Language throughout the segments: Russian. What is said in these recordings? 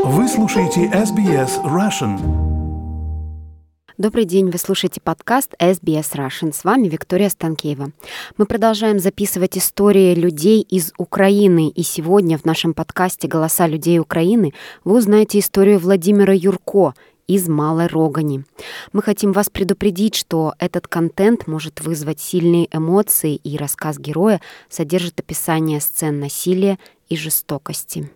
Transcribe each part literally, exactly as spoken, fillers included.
Вы слушаете эс би эс Russian. Добрый день, вы слушаете подкаст эс би эс Russian. С вами Виктория Станкеева. Мы продолжаем записывать истории людей из Украины. И сегодня в нашем подкасте «Голоса людей Украины» вы узнаете историю Владимира Юрко из Малой Рогани. Мы хотим вас предупредить, что этот контент может вызвать сильные эмоции, и рассказ героя содержит описание сцен насилия и жестокости.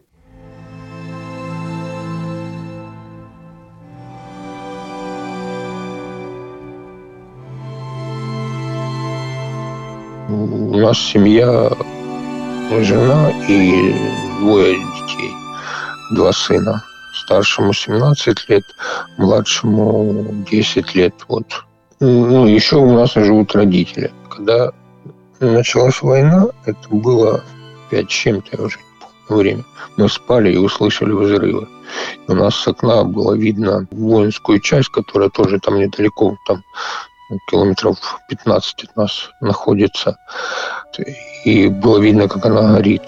У нас семья, жена и двое детей, два сына. Старшему семнадцать лет, младшему десять лет. Вот. Ну, еще у нас живут родители. Когда началась война, это было пять с чем-то, я уже не помню время. Мы спали и услышали взрывы. У нас с окна было видно воинскую часть, которая тоже там недалеко, там километров пятнадцать от нас находится. И было видно, как она горит.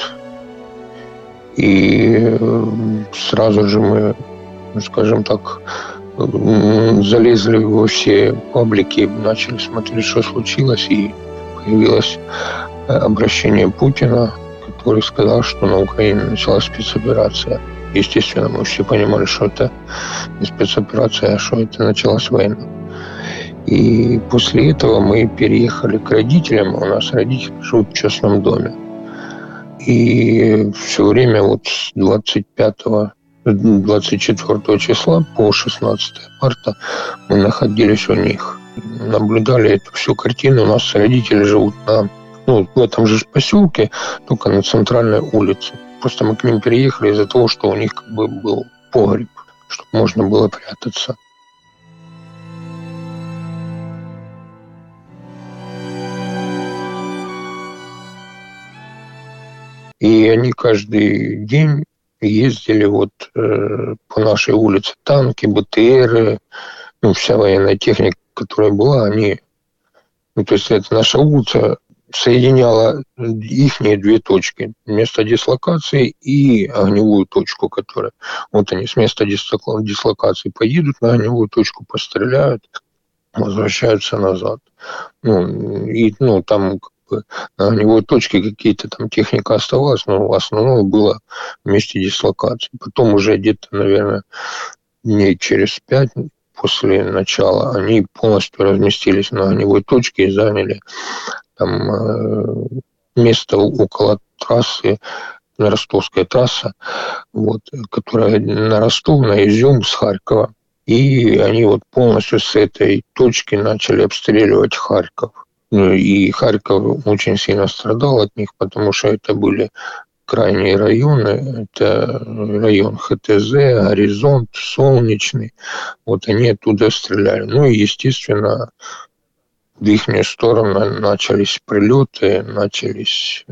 И сразу же мы, скажем так, залезли во все паблики, начали смотреть, что случилось, и появилось обращение Путина, который сказал, что на Украине началась спецоперация. Естественно, мы все понимали, что это не спецоперация, а что это началась война. И после этого мы переехали к родителям. У нас родители живут в частном доме. И все время вот с двадцать пятого, двадцать четвёртого числа по шестнадцатое марта мы находились у них. Наблюдали эту всю картину. У нас родители живут на, ну, в этом же поселке, только на центральной улице. Просто мы к ним переехали из-за того, что у них как бы был погреб, чтобы можно было прятаться. И они каждый день ездили вот э, по нашей улице. Танки, БТРы, ну, вся военная техника, которая была, они... Ну, то есть это наша улица соединяла ихние две точки. Место дислокации и огневую точку, которая... Вот они с места дислокации поедут на огневую точку, постреляют, возвращаются назад. Ну, и, ну, там... На огневой точке какие-то там техника оставалась, но в основном было в месте дислокации. Потом уже где-то, наверное, дней через пять после начала они полностью разместились на огневой точке и заняли там э, место около трассы, Ростовская трасса, вот, которая на Ростов, на Изюм с Харькова. И они вот полностью с этой точки начали обстреливать Харьков. И Харьков очень сильно страдал от них, потому что это были крайние районы. Это район ха тэ зэ, Горизонт, Солнечный. Вот они оттуда стреляли. Ну и, естественно, в их сторону начались прилеты, начались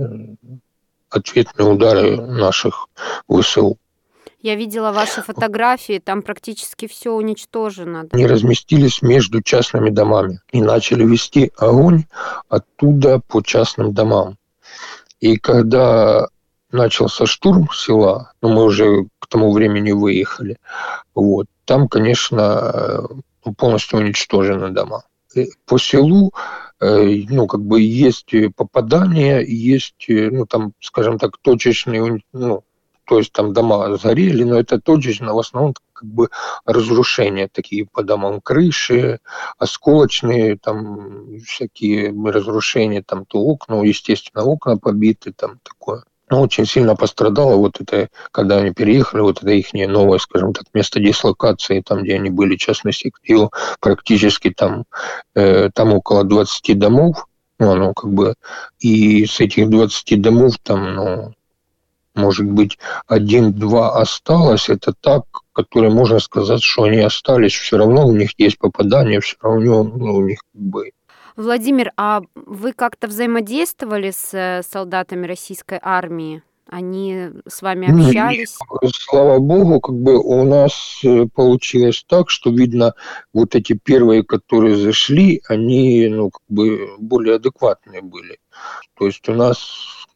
ответные удары наших вэ эс у. Я видела ваши фотографии, там практически все уничтожено. Они разместились между частными домами и начали вести огонь оттуда по частным домам. И когда начался штурм села, ну, мы уже к тому времени выехали, вот, там, конечно, полностью уничтожены дома. И по селу, ну, как бы есть попадания, есть, ну, там, скажем так, точечные, ну, то есть там дома сгорели, но это точечно, в основном как бы разрушения такие по домам, крыши, осколочные, там всякие разрушения, там то окна, естественно, окна побиты, там такое. Но очень сильно пострадало вот это, когда они переехали, вот это их новое, скажем так, место дислокации, там, где они были, частный сектор, практически там, э, там около двадцати домов, ну, оно как бы, и с этих двадцати домов там, ну, может быть, один-два осталось, это так, которые можно сказать, что они остались, все равно у них есть попадания, все равно, ну, у них как бы... Владимир, а вы как-то взаимодействовали с солдатами российской армии? Они с вами общались? Нет, слава богу, как бы у нас получилось так, что, видно, вот эти первые, которые зашли, они, ну, как бы более адекватные были. То есть у нас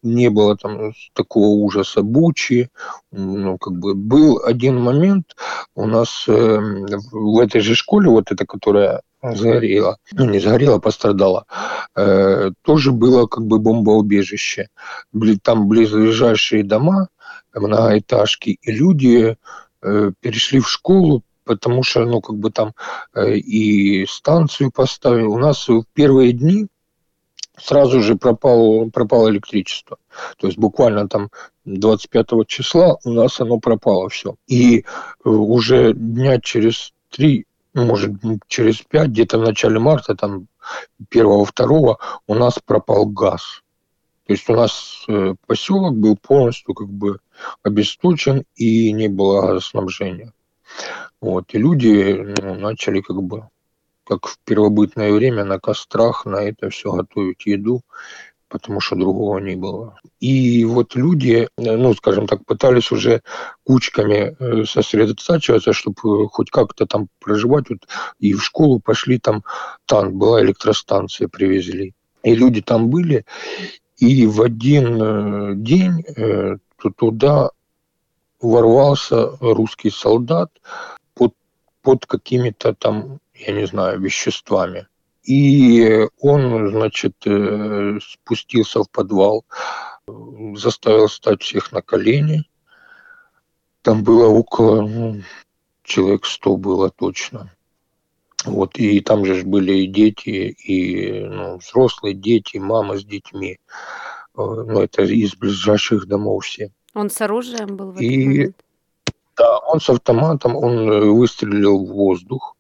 не было там такого ужаса Бучи. Ну, как бы был один момент у нас э, в этой же школе, вот эта, которая загорела, ну, не загорела, пострадала, э, тоже было как бы бомбоубежище. Были там близлежащие дома, многоэтажки, и люди э, перешли в школу, потому что, ну, как бы там э, и станцию поставили. У нас в первые дни сразу же пропало, пропало электричество. То есть буквально там двадцать пятого числа у нас оно пропало все. И э, уже дня через три, может, через пять, где-то в начале марта, там первого-второго, у нас пропал газ. То есть у нас э, поселок был полностью как бы обесточен и не было газоснабжения. Вот. И люди, ну, начали как бы, как в первобытное время, на кострах на это все готовить еду, потому что другого не было. И вот люди, ну, скажем так, пытались уже кучками э, сосредотачиваться, чтобы хоть как-то там проживать. Вот, и в школу пошли, там танк, была электростанция, привезли. И люди там были. И в один э, день э, туда ворвался русский солдат под, под какими-то там, я не знаю, веществами. И он, значит, э, спустился в подвал, заставил встать всех на колени. Там было около, ну, человек сто было точно. Вот, и там же были и дети, и, ну, взрослые дети, мама с детьми. Ну, это из ближайших домов все. Он с оружием был в этот И момент? да, он с автоматом, он выстрелил в воздух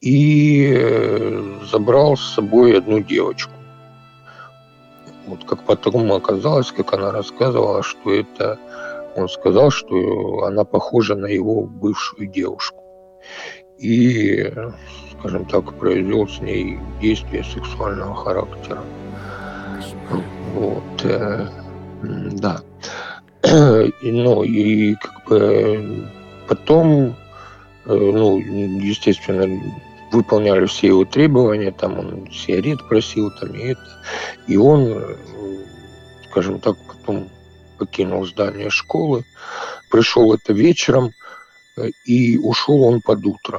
и забрал с собой одну девочку. Вот как потом оказалось, как она рассказывала, что это... Он сказал, что она похожа на его бывшую девушку. И, скажем так, произвел с ней действия сексуального характера. Вот, э, да. И, ну, и как бы потом, э, ну, естественно, выполняли все его требования, там он сигарет просил, там и это. И он, скажем так, потом покинул здание школы, пришел это вечером, и ушел он под утро.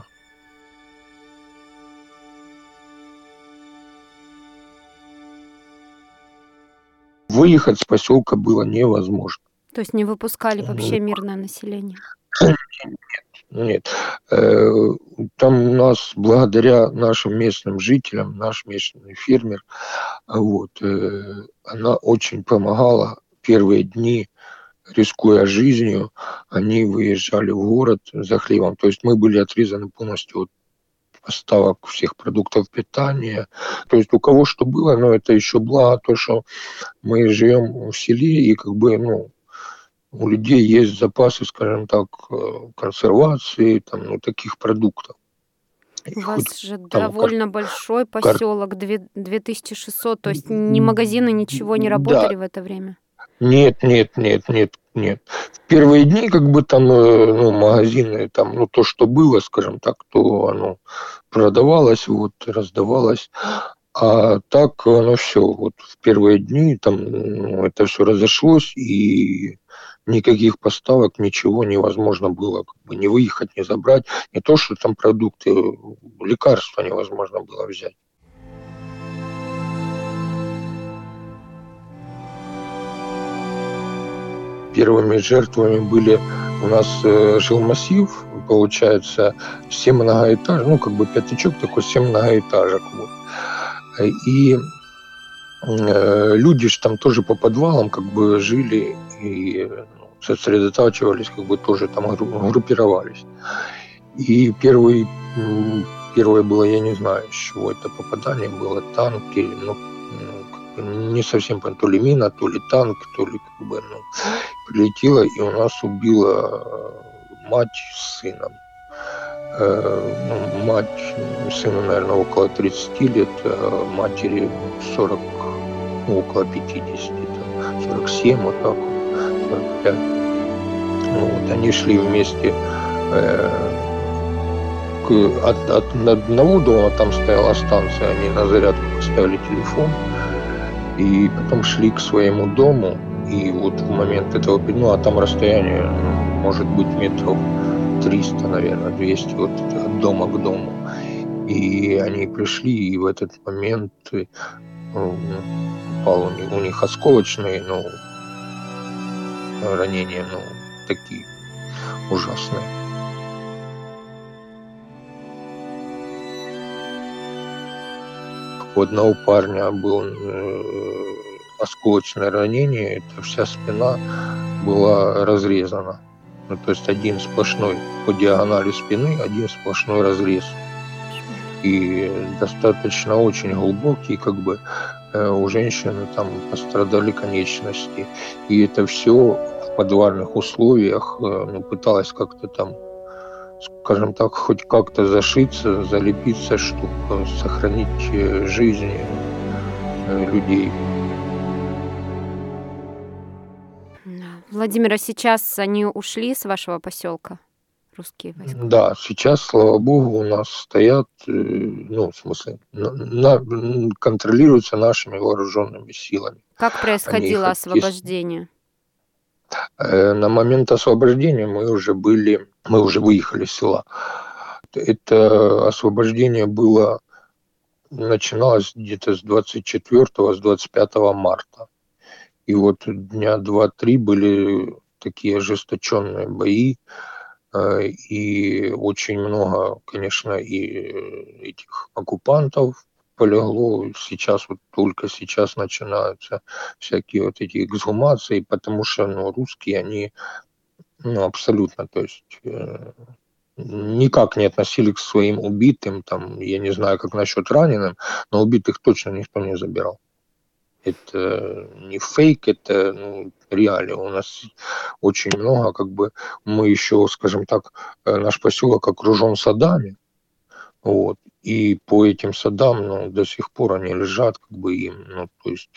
Выехать с поселка было невозможно. То есть не выпускали вообще мирное население? Нет. Там у нас, благодаря нашим местным жителям, наш местный фермер, вот, она очень помогала первые дни, рискуя жизнью, они выезжали в город за хлебом. То есть мы были отрезаны полностью от поставок всех продуктов питания. То есть у кого что было, но это еще благо, то, что мы живем в селе, и как бы, ну, у людей есть запасы, скажем так, консервации, там, ну, таких продуктов. У вас хоть же довольно кар... большой поселок, две тысячи шестьсот, то есть ни магазины, ничего не работали, да, в это время? Нет, нет, нет, нет, нет. В первые дни как бы там, ну, магазины, там, ну, то, что было, скажем так, то оно продавалось, вот, раздавалось. А так оно все, вот в первые дни там, ну, это все разошлось, и никаких поставок, ничего невозможно было, как бы не выехать, не забрать. Не то, что там продукты, лекарства невозможно было взять. Первыми жертвами были у нас э, жилмассив, получается, семь многоэтажек, ну, как бы пятачок такой, семь многоэтажек. Вот. И э, люди же там тоже по подвалам как бы жили и, ну, сосредотачивались, как бы тоже там группировались. И первый, первое было, я не знаю, с чего это попадание было, танки, ну, не совсем, то ли мина, то ли танк, то ли как бы, ну, прилетела, и у нас убила мать с сыном. Э, ну, мать, сыну, наверное, около тридцати лет, а матери сорок, ну, около пятидесяти, там, сорок семь, вот так, сорок пять. Ну, вот, они шли вместе э, к, от, от одного дома, там стояла станция, они на зарядку поставили телефон, и потом шли к своему дому, И вот в момент этого, ну, а там расстояние, ну, может быть, метров триста, наверное, двести вот от дома к дому. И они пришли, и в этот момент э, ну, упал у них, у них осколочные, ну, ранения, ну, такие ужасные. У одного парня было э, осколочное ранение, это вся спина была разрезана. Ну, то есть один сплошной по диагонали спины, один сплошной разрез. И достаточно очень глубокий, как бы э, у женщины там пострадали конечности. И это все в подвальных условиях, э, ну, пыталась как-то там, скажем так, хоть как-то зашиться, залепиться, чтобы сохранить э, жизни э, людей. Да. Владимир, а сейчас они ушли с вашего поселка, русские войска? Да, сейчас, слава богу, у нас стоят, э, ну, в смысле, на, на- контролируются нашими вооруженными силами. Как Они их, происходило естественно, освобождение? Э, на момент освобождения мы уже были, мы уже выехали из села. Это освобождение было, начиналось где-то с двадцать четвёртого, с двадцать пятого марта. И вот дня два-три были такие ожесточенные бои, э, и очень много, конечно, и этих оккупантов полегло. Сейчас вот только сейчас начинаются всякие вот эти эксгумации, потому что, ну, русские, они, ну, абсолютно, то есть э, никак не относились к своим убитым, там, я не знаю, как насчет раненым, но убитых точно никто не забирал. Это не фейк, это, ну, реалии. У нас очень много, как бы, мы еще, скажем так, э, наш поселок окружен садами, вот, и по этим садам, ну, до сих пор они лежат, как бы, им, ну, то есть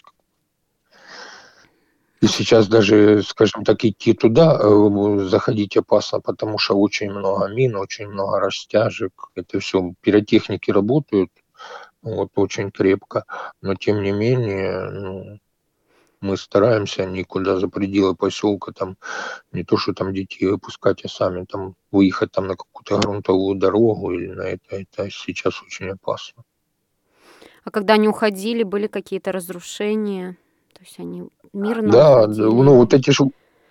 и А сейчас даже, скажем так, идти туда, э, заходить опасно, потому что очень много мин, очень много растяжек. Это все пиротехники работают, вот, очень крепко. Но тем не менее, ну, мы стараемся никуда за пределы поселка, там, не то, что там детей выпускать, а сами там выехать там на какую-то грунтовую дорогу или на это, это сейчас очень опасно. а когда они уходили, были какие-то разрушения? То есть они мирно Да, да, уходили ну вот или... эти же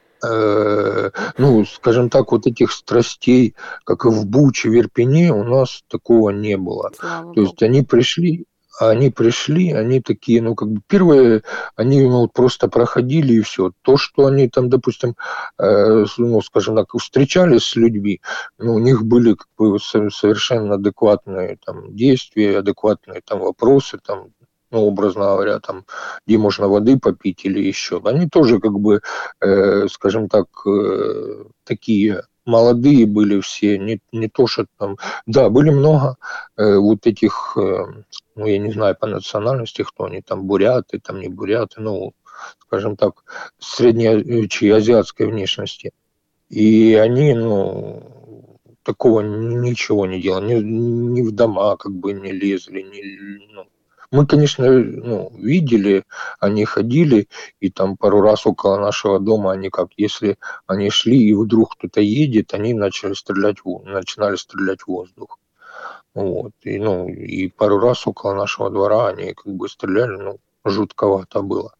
Э, ну, скажем так, вот этих страстей, как и в Буче, в Ирпене, у нас такого не было. Слава То есть богу. они пришли, они пришли, они такие, ну, как бы первые, они, ну, вот просто проходили и все. То, что они там, допустим, э, с- ну, скажем так, встречались с людьми, ну, у них были, как бы, со- совершенно адекватные там действия, адекватные там вопросы, там, ну, образно говоря, там, где можно воды попить или еще. Они тоже, как бы, э, скажем так, э, такие молодые были все, не, не то, что там... Да, были много э, вот этих, э, ну, я не знаю по национальности, кто они там, буряты, там не буряты, ну, скажем так, средней азиатской внешности. И они, ну, такого ничего не делали, ни, ни в дома как бы не лезли, ни, ну. Мы, конечно, ну, видели, они ходили, и там пару раз около нашего дома они как, если они шли, и вдруг кто-то едет, они начали стрелять, в, начинали стрелять в воздух. Вот. И, ну, и пару раз около нашего двора они как бы стреляли, ну, жутковато было.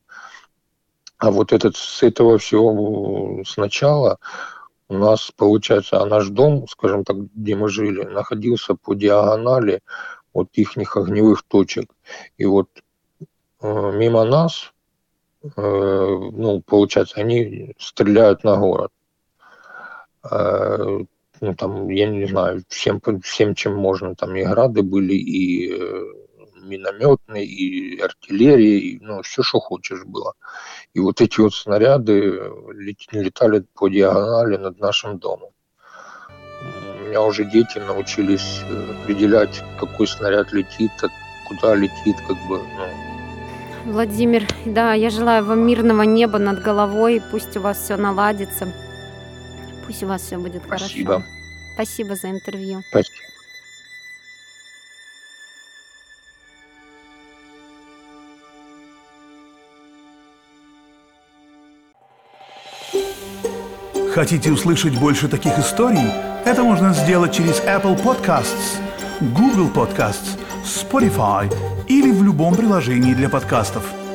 А вот этот, с этого всего сначала у нас, получается, а наш дом, скажем так, где мы жили, находился по диагонали от их огневых точек. И вот э, мимо нас, э, ну, получается, они стреляют на город. Э, ну, там, я не знаю, всем, всем, чем можно. Там и грады были, и э, минометные, и артиллерия, и, ну, все, что хочешь было. И вот эти вот снаряды летали по диагонали над нашим домом. У меня уже дети научились э, определять, какой снаряд летит, куда летит, как бы, ну. Владимир, да, я желаю вам мирного неба над головой. Пусть у вас все наладится. Пусть у вас все будет хорошо. Спасибо. Спасибо за интервью. Спасибо. Хотите услышать больше таких историй? Это можно сделать через Apple Podcasts, Google Podcasts, Spotify или в любом приложении для подкастов.